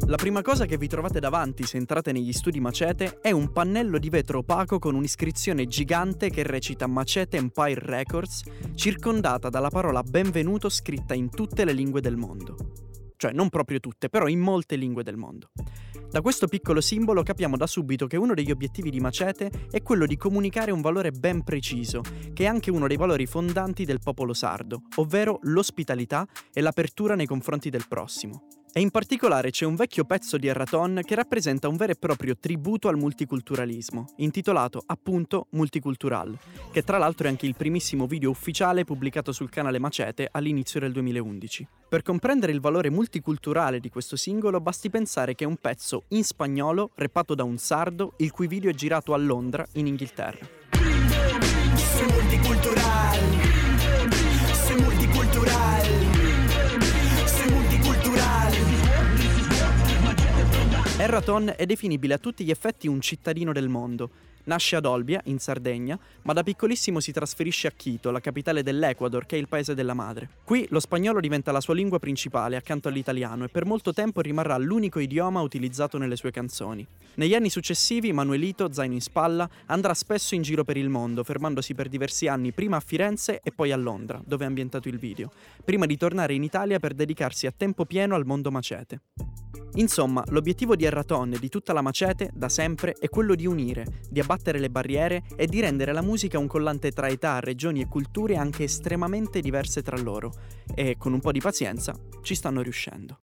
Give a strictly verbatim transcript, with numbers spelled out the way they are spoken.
La prima cosa che vi trovate davanti se entrate negli studi Macete è un pannello di vetro opaco con un'iscrizione gigante che recita Macete Empire Records, circondata dalla parola benvenuto scritta in tutte le lingue del mondo. Cioè, non proprio tutte, però in molte lingue del mondo. Da questo piccolo simbolo capiamo da subito che uno degli obiettivi di Macete è quello di comunicare un valore ben preciso, che è anche uno dei valori fondanti del popolo sardo, ovvero l'ospitalità e l'apertura nei confronti del prossimo. E in particolare c'è un vecchio pezzo di Erraton che rappresenta un vero e proprio tributo al multiculturalismo, intitolato appunto Multicultural, che tra l'altro è anche il primissimo video ufficiale pubblicato sul canale Macete all'inizio del duemilaundici. Per comprendere il valore multiculturale di questo singolo basti pensare che è un pezzo in spagnolo rappato da un sardo il cui video è girato a Londra, in Inghilterra. Soy multicultural, soy multicultural, soy multicultural. Erraton è definibile a tutti gli effetti un cittadino del mondo. Nasce ad Olbia, in Sardegna, ma da piccolissimo si trasferisce a Quito, la capitale dell'Ecuador, che è il paese della madre. Qui lo spagnolo diventa la sua lingua principale accanto all'italiano e per molto tempo rimarrà l'unico idioma utilizzato nelle sue canzoni. Negli anni successivi Manuelito, zaino in spalla, andrà spesso in giro per il mondo, fermandosi per diversi anni prima a Firenze e poi a Londra, dove è ambientato il video, prima di tornare in Italia per dedicarsi a tempo pieno al mondo Macete. Insomma, l'obiettivo di Erraton e di tutta la Macete, da sempre, è quello di unire, di abbattere le barriere e di rendere la musica un collante tra età, regioni e culture anche estremamente diverse tra loro. E, con un po' di pazienza, ci stanno riuscendo.